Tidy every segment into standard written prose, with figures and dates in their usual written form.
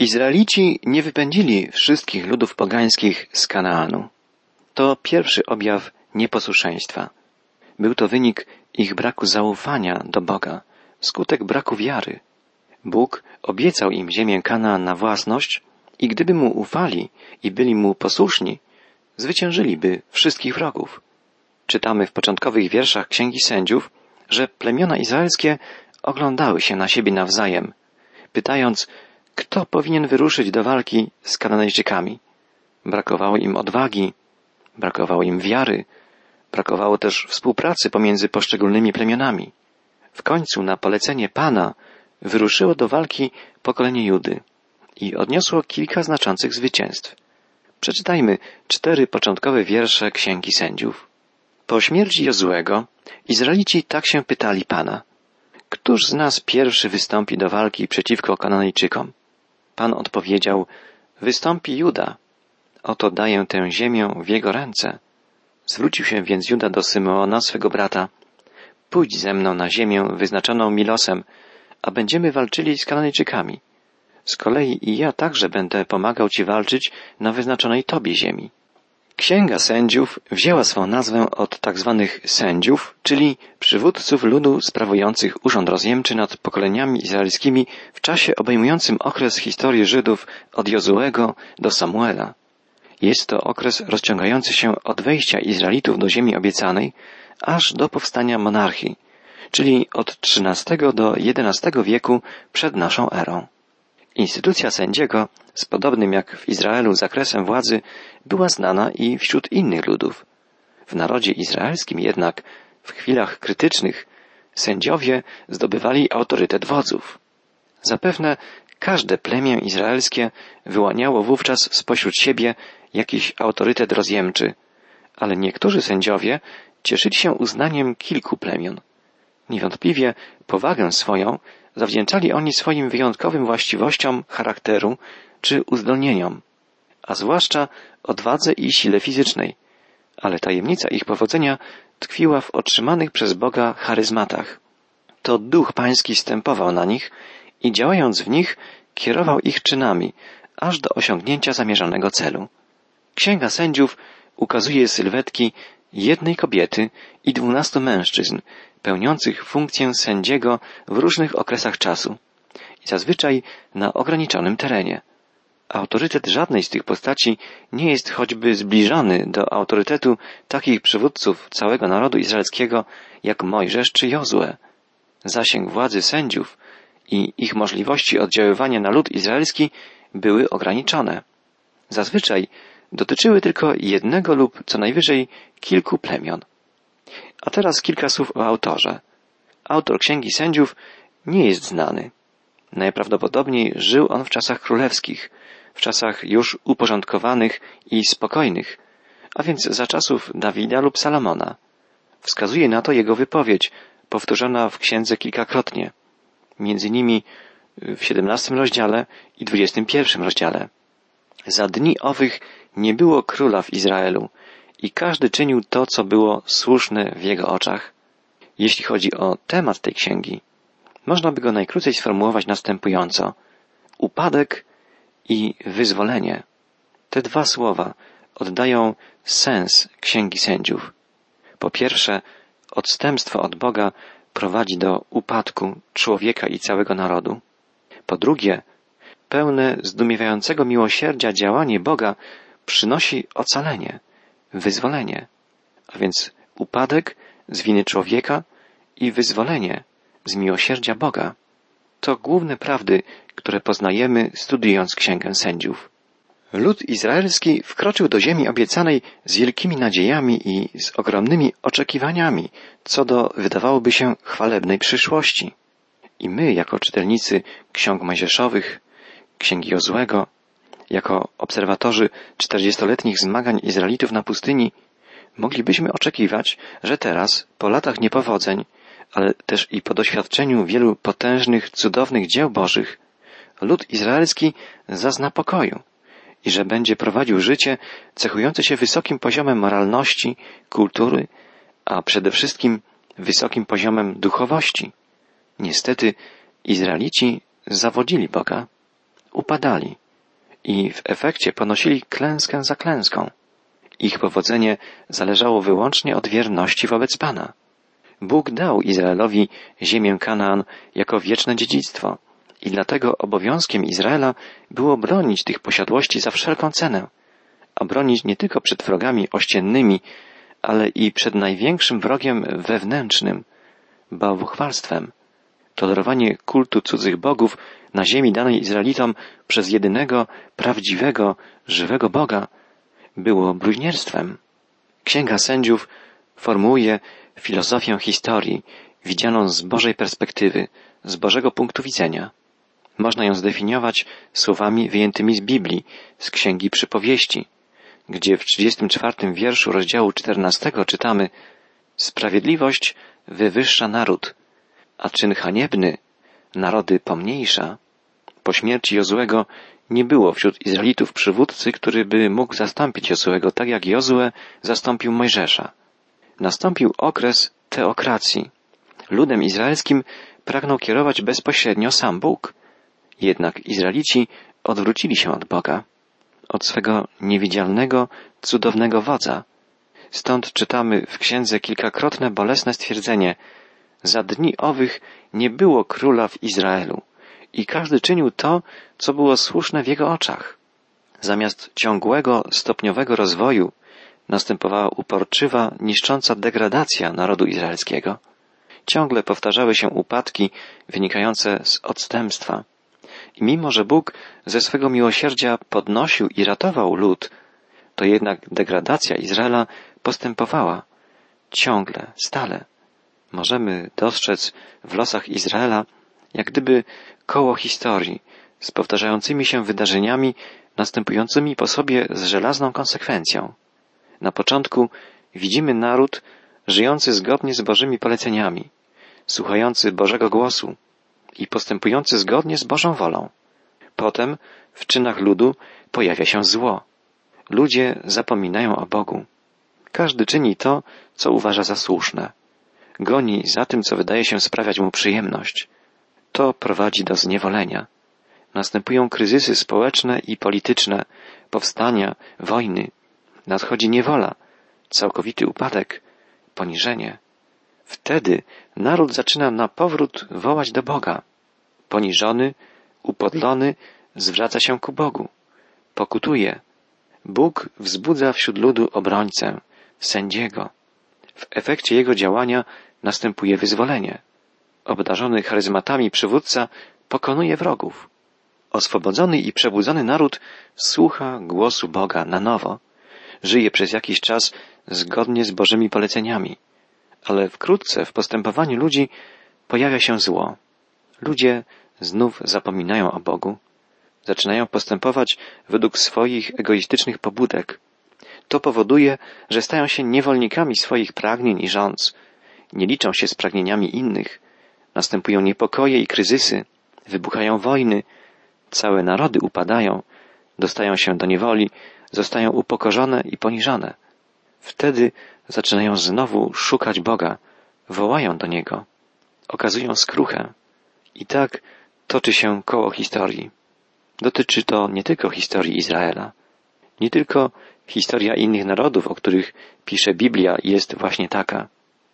Izraelici nie wypędzili wszystkich ludów pogańskich z Kanaanu. To pierwszy objaw nieposłuszeństwa. Był to wynik ich braku zaufania do Boga, skutek braku wiary. Bóg obiecał im ziemię Kanaan na własność i gdyby mu ufali i byli mu posłuszni, zwyciężyliby wszystkich wrogów. Czytamy w początkowych wierszach Księgi Sędziów, że plemiona izraelskie oglądały się na siebie nawzajem, pytając, kto powinien wyruszyć do walki z Kananejczykami. Brakowało im odwagi, brakowało im wiary, brakowało też współpracy pomiędzy poszczególnymi plemionami. W końcu na polecenie Pana wyruszyło do walki pokolenie Judy i odniosło kilka znaczących zwycięstw. Przeczytajmy 4 początkowe wiersze Księgi Sędziów. Po śmierci Jozuego Izraelici tak się pytali Pana: któż z nas pierwszy wystąpi do walki przeciwko Kananejczykom? Pan odpowiedział: wystąpi Juda. Oto daję tę ziemię w jego ręce. Zwrócił się więc Juda do Symeona, swego brata: pójdź ze mną na ziemię wyznaczoną mi losem, a będziemy walczyli z Kananejczykami. Z kolei i ja także będę pomagał ci walczyć na wyznaczonej tobie ziemi. Księga Sędziów wzięła swą nazwę od tak zwanych sędziów, czyli przywódców ludu sprawujących urząd rozjemczy nad pokoleniami izraelskimi w czasie obejmującym okres historii Żydów od Jozuego do Samuela. Jest to okres rozciągający się od wejścia Izraelitów do ziemi obiecanej aż do powstania monarchii, czyli od XIII do XI wieku przed naszą erą. Instytucja sędziego z podobnym jak w Izraelu zakresem władzy była znana i wśród innych ludów. W narodzie izraelskim jednak w chwilach krytycznych sędziowie zdobywali autorytet wodzów. Zapewne każde plemię izraelskie wyłaniało wówczas spośród siebie jakiś autorytet rozjemczy, ale niektórzy sędziowie cieszyli się uznaniem kilku plemion. Niewątpliwie powagę swoją zawdzięczali oni swoim wyjątkowym właściwościom charakteru czy uzdolnieniom, a zwłaszcza odwadze i sile fizycznej, ale tajemnica ich powodzenia tkwiła w otrzymanych przez Boga charyzmatach. To Duch Pański stępował na nich i działając w nich kierował ich czynami, aż do osiągnięcia zamierzonego celu. Księga Sędziów ukazuje sylwetki jednej kobiety i 12 mężczyzn, pełniących funkcję sędziego w różnych okresach czasu i zazwyczaj na ograniczonym terenie. Autorytet żadnej z tych postaci nie jest choćby zbliżony do autorytetu takich przywódców całego narodu izraelskiego jak Mojżesz czy Jozue. Zasięg władzy sędziów i ich możliwości oddziaływania na lud izraelski były ograniczone. Zazwyczaj dotyczyły tylko jednego lub co najwyżej kilku plemion. A teraz kilka słów o autorze. Autor Księgi Sędziów nie jest znany. Najprawdopodobniej żył on w czasach królewskich, w czasach już uporządkowanych i spokojnych, a więc za czasów Dawida lub Salomona. Wskazuje na to jego wypowiedź, powtórzona w księdze kilkakrotnie, między innymi w 17 rozdziale i 21 rozdziale. Za dni owych nie było króla w Izraelu i każdy czynił to, co było słuszne w jego oczach. Jeśli chodzi o temat tej księgi, można by go najkrócej sformułować następująco: upadek i wyzwolenie. Te dwa słowa oddają sens Księgi Sędziów. Po pierwsze, odstępstwo od Boga prowadzi do upadku człowieka i całego narodu. Po drugie, pełne zdumiewającego miłosierdzia działanie Boga przynosi ocalenie, wyzwolenie, a więc upadek z winy człowieka i wyzwolenie z miłosierdzia Boga. To główne prawdy, które poznajemy studiując Księgę Sędziów. Lud izraelski wkroczył do ziemi obiecanej z wielkimi nadziejami i z ogromnymi oczekiwaniami co do, wydawałoby się, chwalebnej przyszłości. I my, jako czytelnicy ksiąg mojżeszowych, Księgi Jozuego, jako obserwatorzy 40-letnich zmagań Izraelitów na pustyni, moglibyśmy oczekiwać, że teraz, po latach niepowodzeń, ale też i po doświadczeniu wielu potężnych, cudownych dzieł Bożych, lud izraelski zazna pokoju i że będzie prowadził życie cechujące się wysokim poziomem moralności, kultury, a przede wszystkim wysokim poziomem duchowości. Niestety Izraelici zawodzili Boga. upadali i w efekcie ponosili klęskę za klęską. Ich powodzenie zależało wyłącznie od wierności wobec Pana. Bóg dał Izraelowi ziemię Kanaan jako wieczne dziedzictwo i dlatego obowiązkiem Izraela było bronić tych posiadłości za wszelką cenę, a bronić nie tylko przed wrogami ościennymi, ale i przed największym wrogiem wewnętrznym, bałwochwalstwem. Tolerowanie kultu cudzych bogów na ziemi danej Izraelitom przez jedynego, prawdziwego, żywego Boga było bluźnierstwem. Księga Sędziów formułuje filozofię historii, widzianą z Bożej perspektywy, z Bożego punktu widzenia. Można ją zdefiniować słowami wyjętymi z Biblii, z Księgi Przypowieści, gdzie w 34 wierszu rozdziału 14 czytamy: Sprawiedliwość wywyższa naród, a czyn haniebny narody pomniejsza. Po śmierci Jozłego nie było wśród Izraelitów przywódcy, który by mógł zastąpić Jozłego, tak jak Jozue zastąpił Mojżesza. Nastąpił okres teokracji. Ludem izraelskim pragnął kierować bezpośrednio sam Bóg. Jednak Izraelici odwrócili się od Boga, od swego niewidzialnego, cudownego wodza. Stąd czytamy w księdze kilkakrotne bolesne stwierdzenie: za dni owych nie było króla w Izraelu i każdy czynił to, co było słuszne w jego oczach. Zamiast ciągłego, stopniowego rozwoju następowała uporczywa, niszcząca degradacja narodu izraelskiego. Ciągle powtarzały się upadki wynikające z odstępstwa. I mimo, że Bóg ze swego miłosierdzia podnosił i ratował lud, to jednak degradacja Izraela postępowała ciągle, stale. Możemy dostrzec w losach Izraela jak gdyby koło historii z powtarzającymi się wydarzeniami następującymi po sobie z żelazną konsekwencją. Na początku widzimy naród żyjący zgodnie z Bożymi poleceniami, słuchający Bożego głosu i postępujący zgodnie z Bożą wolą. Potem w czynach ludu pojawia się zło. Ludzie zapominają o Bogu. Każdy czyni to, co uważa za słuszne. Goni za tym, co wydaje się sprawiać mu przyjemność. To prowadzi do zniewolenia. Następują kryzysy społeczne i polityczne, powstania, wojny. Nadchodzi niewola, całkowity upadek, poniżenie. Wtedy naród zaczyna na powrót wołać do Boga. Poniżony, upodlony zwraca się ku Bogu. Pokutuje. Bóg wzbudza wśród ludu obrońcę, sędziego. W efekcie jego działania następuje wyzwolenie. Obdarzony charyzmatami przywódca pokonuje wrogów. Oswobodzony i przebudzony naród słucha głosu Boga na nowo. Żyje przez jakiś czas zgodnie z Bożymi poleceniami. Ale wkrótce w postępowaniu ludzi pojawia się zło. Ludzie znów zapominają o Bogu. Zaczynają postępować według swoich egoistycznych pobudek. To powoduje, że stają się niewolnikami swoich pragnień i żądz. Nie liczą się z pragnieniami innych. Następują niepokoje i kryzysy. Wybuchają wojny. Całe narody upadają. Dostają się do niewoli. Zostają upokorzone i poniżone. Wtedy zaczynają znowu szukać Boga. Wołają do Niego. Okazują skruchę. I tak toczy się koło historii. Dotyczy to nie tylko historii Izraela. Nie tylko historia innych narodów, o których pisze Biblia, jest właśnie taka.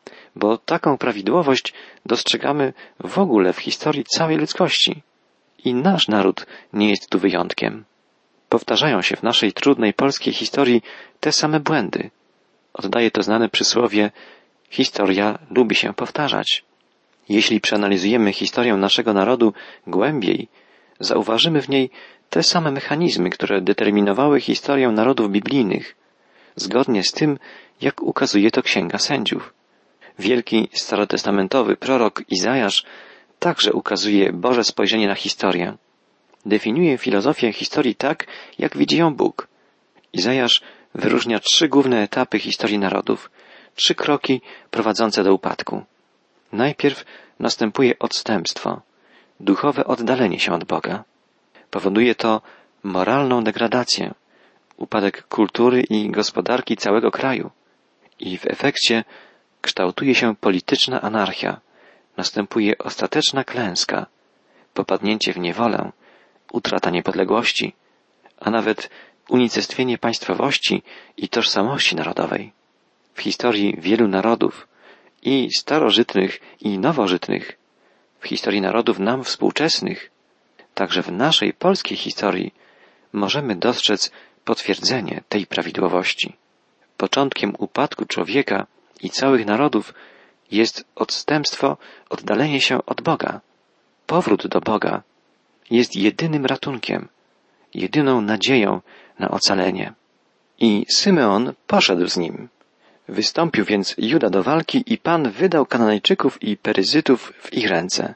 Bo taką prawidłowość dostrzegamy w ogóle w historii całej ludzkości. I nasz naród nie jest tu wyjątkiem. Powtarzają się w naszej trudnej polskiej historii te same błędy. Oddaje to znane przysłowie: historia lubi się powtarzać. Jeśli przeanalizujemy historię naszego narodu głębiej, zauważymy w niej te same mechanizmy, które determinowały historię narodów biblijnych, zgodnie z tym, jak ukazuje to Księga Sędziów. Wielki starotestamentowy prorok Izajasz także ukazuje Boże spojrzenie na historię. Definiuje filozofię historii tak, jak widzi ją Bóg. Izajasz wyróżnia 3 główne etapy historii narodów, 3 kroki prowadzące do upadku. Najpierw następuje odstępstwo, duchowe oddalenie się od Boga. Powoduje to moralną degradację, upadek kultury i gospodarki całego kraju. I w efekcie kształtuje się polityczna anarchia, następuje ostateczna klęska, popadnięcie w niewolę, utrata niepodległości, a nawet unicestwienie państwowości i tożsamości narodowej. W historii wielu narodów, i starożytnych, i nowożytnych, w historii narodów nam współczesnych, także w naszej polskiej historii możemy dostrzec potwierdzenie tej prawidłowości. Początkiem upadku człowieka i całych narodów jest odstępstwo, oddalenie się od Boga. Powrót do Boga jest jedynym ratunkiem, jedyną nadzieją na ocalenie. I Symeon poszedł z nim. Wystąpił więc Juda do walki i Pan wydał Kananejczyków i Peryzytów w ich ręce,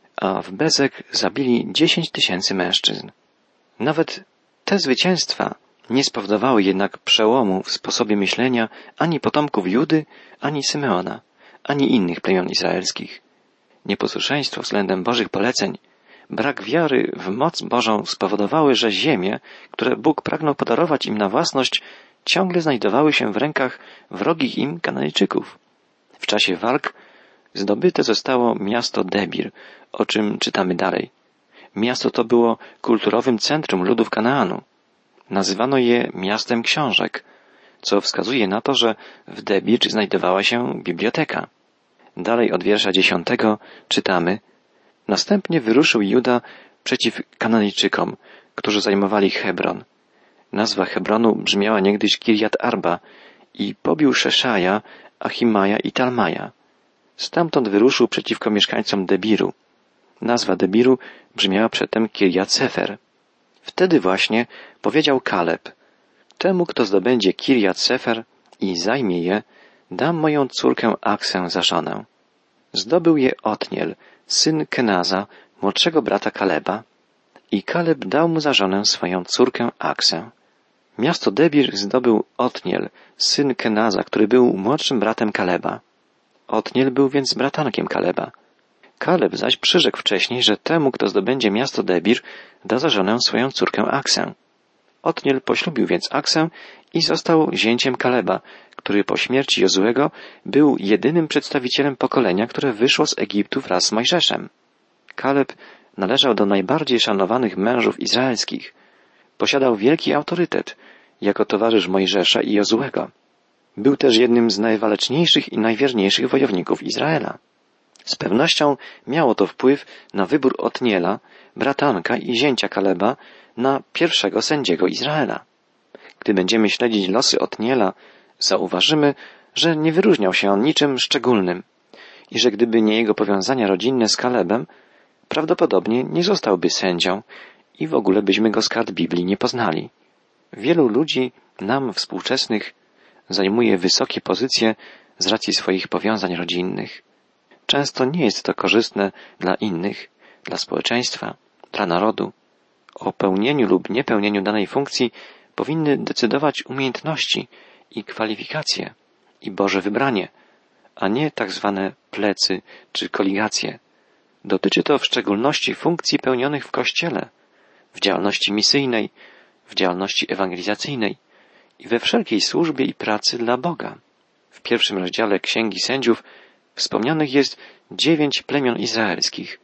a w Bezek zabili 10 000 mężczyzn. Nawet te zwycięstwa nie spowodowały jednak przełomu w sposobie myślenia ani potomków Judy, ani Symeona, ani innych plemion izraelskich. Nieposłuszeństwo względem Bożych poleceń, brak wiary w moc Bożą spowodowały, że ziemie, które Bóg pragnął podarować im na własność, ciągle znajdowały się w rękach wrogich im Kananejczyków. W czasie walk zdobyte zostało miasto Debir, o czym czytamy dalej. Miasto to było kulturowym centrum ludów Kanaanu. Nazywano je miastem książek, co wskazuje na to, że w Debir znajdowała się biblioteka. Dalej od wiersza 10 czytamy: Następnie wyruszył Juda przeciw Kananejczykom, którzy zajmowali Hebron. Nazwa Hebronu brzmiała niegdyś Kirjat Arba i pobił Szeszaja, Achimaja i Talmaja. Stamtąd wyruszył przeciwko mieszkańcom Debiru. Nazwa Debiru brzmiała przedtem Kirjat Sefer. Wtedy właśnie powiedział Kaleb: Temu, kto zdobędzie Kirjat Sefer i zajmie je, dam moją córkę Aksę za żonę. Zdobył je Otniel, syn Kenaza, młodszego brata Kaleba, i Kaleb dał mu za żonę swoją córkę Aksę. Miasto Debir zdobył Otniel, syn Kenaza, który był młodszym bratem Kaleba. Otniel był więc bratankiem Kaleba. Kaleb zaś przyrzekł wcześniej, że temu, kto zdobędzie miasto Debir, da za żonę swoją córkę Aksę. Otniel poślubił więc Aksę i został zięciem Kaleba, który po śmierci Jozuego był jedynym przedstawicielem pokolenia, które wyszło z Egiptu wraz z Mojżeszem. Kaleb należał do najbardziej szanowanych mężów izraelskich. Posiadał wielki autorytet jako towarzysz Mojżesza i Jozuego. Był też jednym z najwaleczniejszych i najwierniejszych wojowników Izraela. Z pewnością miało to wpływ na wybór Otniela, bratanka i zięcia Kaleba, na pierwszego sędziego Izraela. Gdy będziemy śledzić losy Otniela, zauważymy, że nie wyróżniał się on niczym szczególnym i że gdyby nie jego powiązania rodzinne z Kalebem, prawdopodobnie nie zostałby sędzią i w ogóle byśmy go z kart Biblii nie poznali. Wielu ludzi, nam współczesnych, zajmuje wysokie pozycje z racji swoich powiązań rodzinnych. Często nie jest to korzystne dla innych, dla społeczeństwa, dla narodu. O pełnieniu lub niepełnieniu danej funkcji powinny decydować umiejętności i kwalifikacje i Boże wybranie, a nie tak zwane plecy czy koligacje. Dotyczy to w szczególności funkcji pełnionych w Kościele, w działalności misyjnej, w działalności ewangelizacyjnej i we wszelkiej służbie i pracy dla Boga. W pierwszym rozdziale Księgi Sędziów wspomnianych jest 9 plemion izraelskich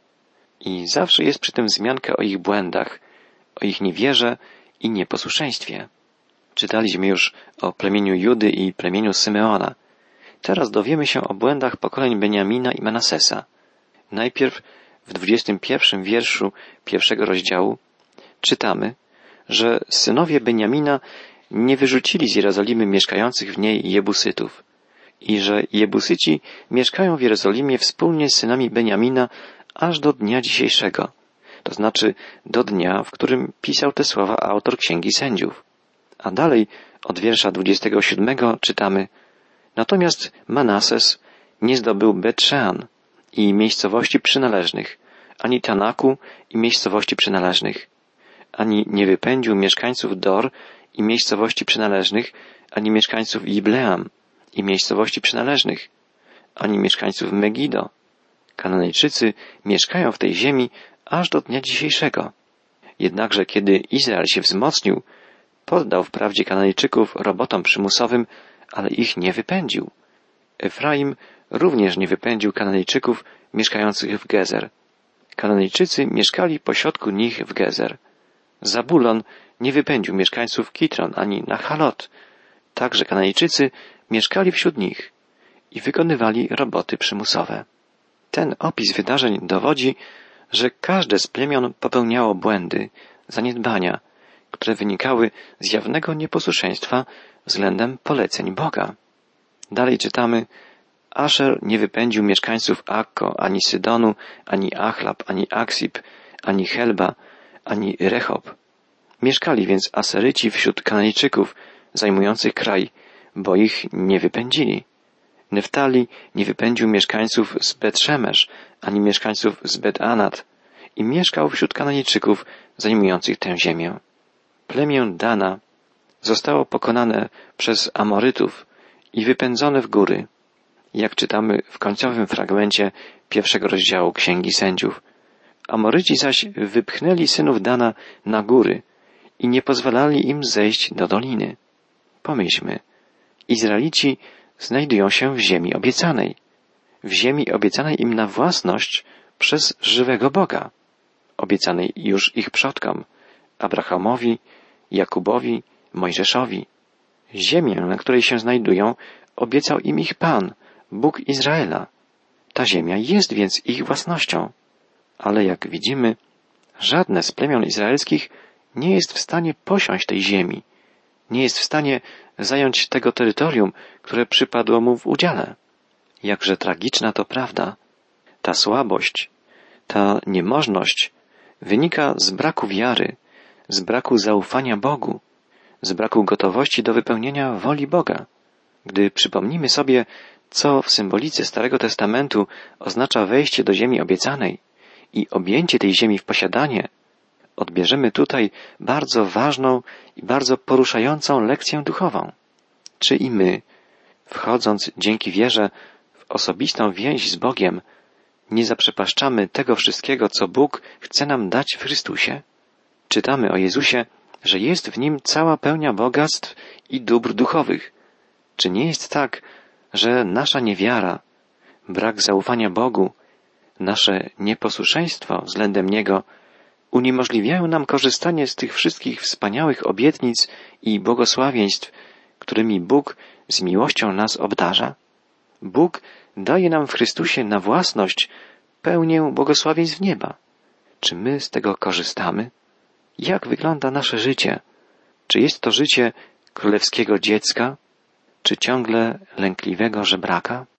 i zawsze jest przy tym wzmianka o ich błędach, o ich niewierze i nieposłuszeństwie. Czytaliśmy już o plemieniu Judy i plemieniu Symeona. Teraz dowiemy się o błędach pokoleń Beniamina i Manasesa. Najpierw w 21 wierszu pierwszego rozdziału czytamy, że synowie Beniamina nie wyrzucili z Jerozolimy mieszkających w niej Jebusytów i że Jebusyci mieszkają w Jerozolimie wspólnie z synami Beniamina aż do dnia dzisiejszego, to znaczy do dnia, w którym pisał te słowa autor Księgi Sędziów. A dalej od wiersza 27 czytamy: Natomiast Manases nie zdobył Bet-Szean i miejscowości przynależnych, ani Tanaku i miejscowości przynależnych, ani nie wypędził mieszkańców Dor i miejscowości przynależnych, ani mieszkańców Ibleam i miejscowości przynależnych, ani mieszkańców Megido. Kananejczycy mieszkają w tej ziemi aż do dnia dzisiejszego. Jednakże kiedy Izrael się wzmocnił, poddał wprawdzie Kananejczyków robotom przymusowym, ale ich nie wypędził. Efraim również nie wypędził Kananejczyków mieszkających w Gezer. Kananejczycy mieszkali pośrodku nich w Gezer. Zabulon nie wypędził mieszkańców Kitron ani Nachalot. Także Kananejczycy mieszkali wśród nich i wykonywali roboty przymusowe. Ten opis wydarzeń dowodzi, że każde z plemion popełniało błędy, zaniedbania, które wynikały z jawnego nieposłuszeństwa względem poleceń Boga. Dalej czytamy: Aszer nie wypędził mieszkańców Akko, ani Sydonu, ani Achlab, ani Aksib, ani Helba, ani Rechob. Mieszkali więc Aseryci wśród Kananejczyków zajmujących kraj, bo ich nie wypędzili. Neftali nie wypędził mieszkańców z Bet-Szemesz, ani mieszkańców z Bet-Anat i mieszkał wśród Kananejczyków zajmujących tę ziemię. Plemię Dana zostało pokonane przez Amorytów i wypędzone w góry, jak czytamy w końcowym fragmencie 1 rozdziału Księgi Sędziów. Amoryci zaś wypchnęli synów Dana na góry i nie pozwalali im zejść do doliny. Pomyślmy, Izraelici znajdują się w ziemi obiecanej im na własność przez żywego Boga, obiecanej już ich przodkom, Abrahamowi, Jakubowi, Mojżeszowi. Ziemię, na której się znajdują, obiecał im ich Pan, Bóg Izraela. Ta ziemia jest więc ich własnością. Ale jak widzimy, żadne z plemion izraelskich nie jest w stanie posiąść tej ziemi, nie jest w stanie zająć tego terytorium, które przypadło mu w udziale. Jakże tragiczna to prawda. Ta słabość, ta niemożność wynika z braku wiary, z braku zaufania Bogu, z braku gotowości do wypełnienia woli Boga. Gdy przypomnimy sobie, co w symbolice Starego Testamentu oznacza wejście do ziemi obiecanej i objęcie tej ziemi w posiadanie, odbierzemy tutaj bardzo ważną i bardzo poruszającą lekcję duchową. Czy i my, wchodząc dzięki wierze w osobistą więź z Bogiem, nie zaprzepaszczamy tego wszystkiego, co Bóg chce nam dać w Chrystusie? Czytamy o Jezusie, że jest w Nim cała pełnia bogactw i dóbr duchowych. Czy nie jest tak, że nasza niewiara, brak zaufania Bogu, nasze nieposłuszeństwo względem Niego uniemożliwiają nam korzystanie z tych wszystkich wspaniałych obietnic i błogosławieństw, którymi Bóg z miłością nas obdarza? Bóg daje nam w Chrystusie na własność pełnię błogosławieństw nieba. Czy my z tego korzystamy? Jak wygląda nasze życie? Czy jest to życie królewskiego dziecka, czy ciągle lękliwego żebraka?